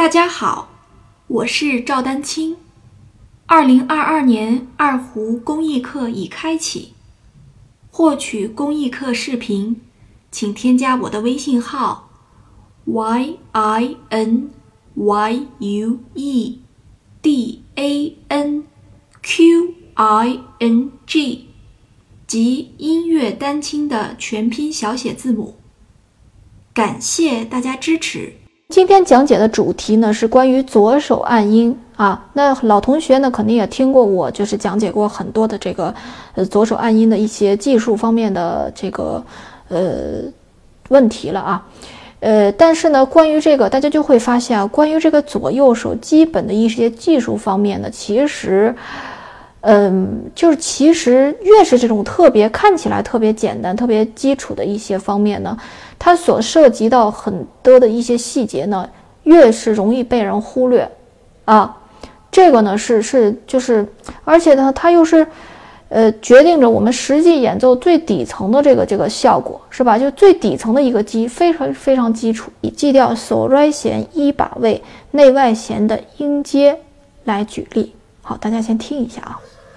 大家好，我是赵丹青。2022年二胡公益课已开启，获取公益课视频，请添加我的微信号 YINYUEDANQING， 即音乐丹青的全拼小写字母。感谢大家支持。 今天讲解的主题呢是关于左手按音啊。那老同学呢肯定也听过我就是讲解过很多的这个左手按音的一些技术方面的这个问题了啊。但是呢关于这个大家就会发现啊，关于这个左右手基本的一些技术方面呢，其实其实越是这种看起来特别简单特别基础的一些方面呢，它所涉及到很多的一些细节呢，越是容易被人忽略啊。这个呢而且呢它又是决定着我们实际演奏最底层的这个效果，是吧？就最底层的一个非常非常基础，以G调手来弦一把位内外弦的音阶来举例。好，大家先听一下啊。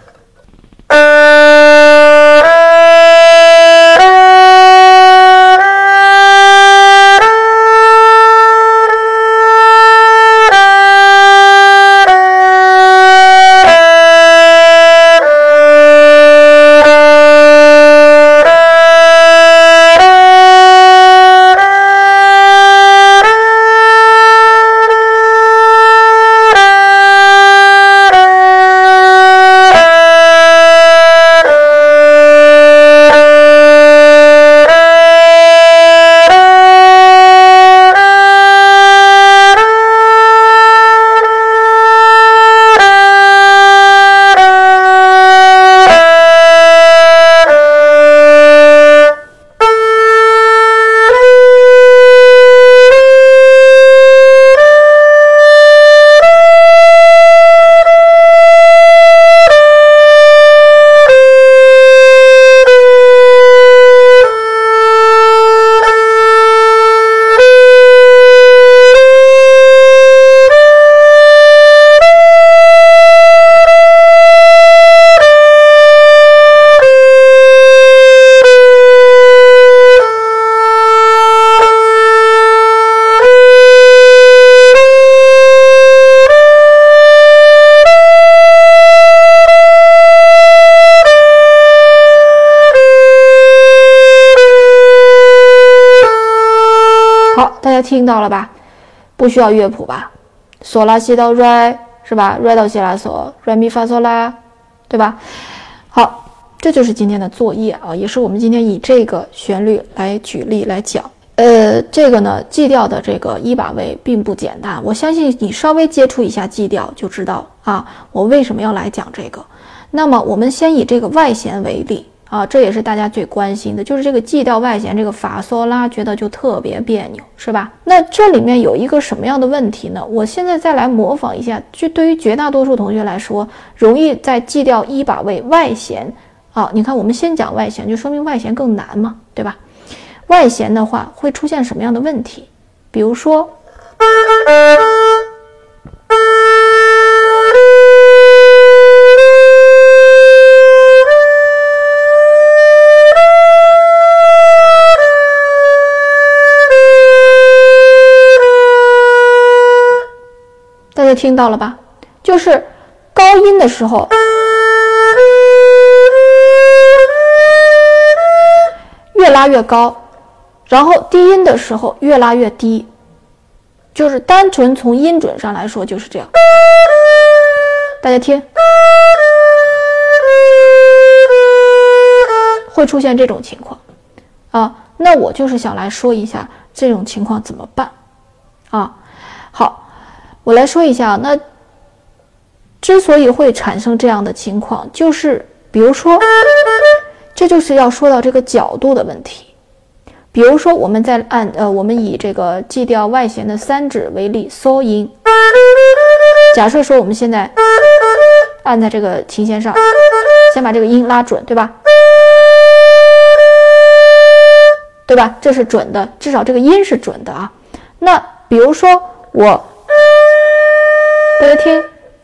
听到了吧？不需要乐谱吧？嗦拉西到瑞是吧？瑞到西拉嗦，瑞咪发嗦拉，对吧？好，这就是今天的作业啊，也是我们今天以这个旋律来举例来讲。这个呢G调的这个一把位并不简单，我相信你稍微接触一下G调就知道啊，我为什么要来讲这个。那么我们先以这个外弦为例。啊，这也是大家最关心的，就是这个G调外弦这个法嗦拉，觉得就特别别扭，是吧？那这里面有一个什么样的问题呢？我现在再来模仿一下，就对于绝大多数同学来说，容易在G调一把位外弦啊，你看我们先讲外弦，就说明外弦更难嘛，对吧？外弦的话会出现什么样的问题？比如说。大家听到了吧？就是高音的时候越拉越高，然后低音的时候越拉越低，就是单纯从音准上来说就是这样。大家听，会出现这种情况啊。那我就是想来说一下这种情况怎么办啊。好，我来说一下，那之所以会产生这样的情况，就是比如说，这就是要说到这个角度的问题。比如说，我们我们以这个G调外弦的3指为例，嗦音。假设说我们现在按在这个琴弦上，先把这个音拉准，对吧？对吧？这是准的，至少这个音是准的啊。那比如说我大家听，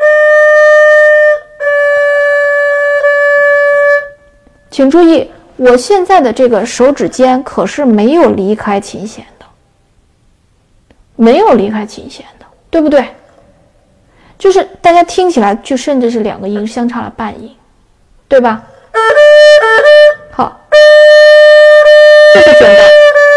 请注意，我现在的这个手指尖可是没有离开琴弦的，没有离开琴弦的，对不对？就是大家听起来就甚至是2个音相差了半音，对吧？好，这个简单。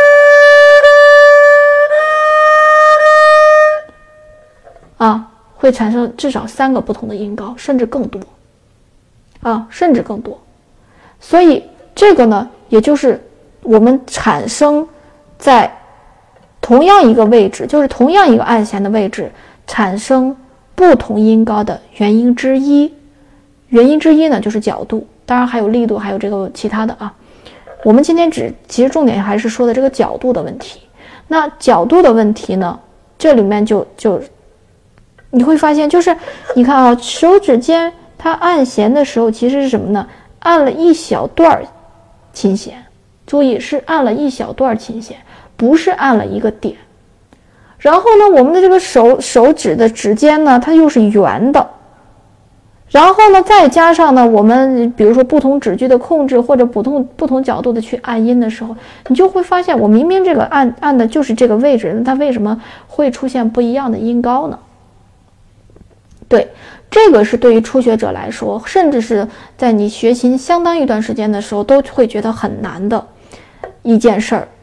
会产生至少3个不同的音高，甚至更多，甚至更多。所以这个呢，也就是我们产生在同样一个位置，就是同样一个按弦的位置，产生不同音高的原因之一。原因之一呢，就是角度，当然还有力度，还有这个其他的啊。我们今天其实重点还是说的这个角度的问题。那角度的问题呢，这里面就你会发现，就是你看啊，手指尖它按弦的时候其实是什么呢？按了一小段琴弦，注意是按了一小段琴弦，不是按了一个点。然后呢，我们的这个手指的指尖呢，它又是圆的。然后呢，再加上呢，我们比如说不同指距的控制，或者不同角度的去按音的时候，你就会发现，我明明这个按的就是这个位置，它为什么会出现不一样的音高呢？对，这个是对于初学者来说，甚至是在你学琴相当一段时间的时候，都会觉得很难的一件事儿。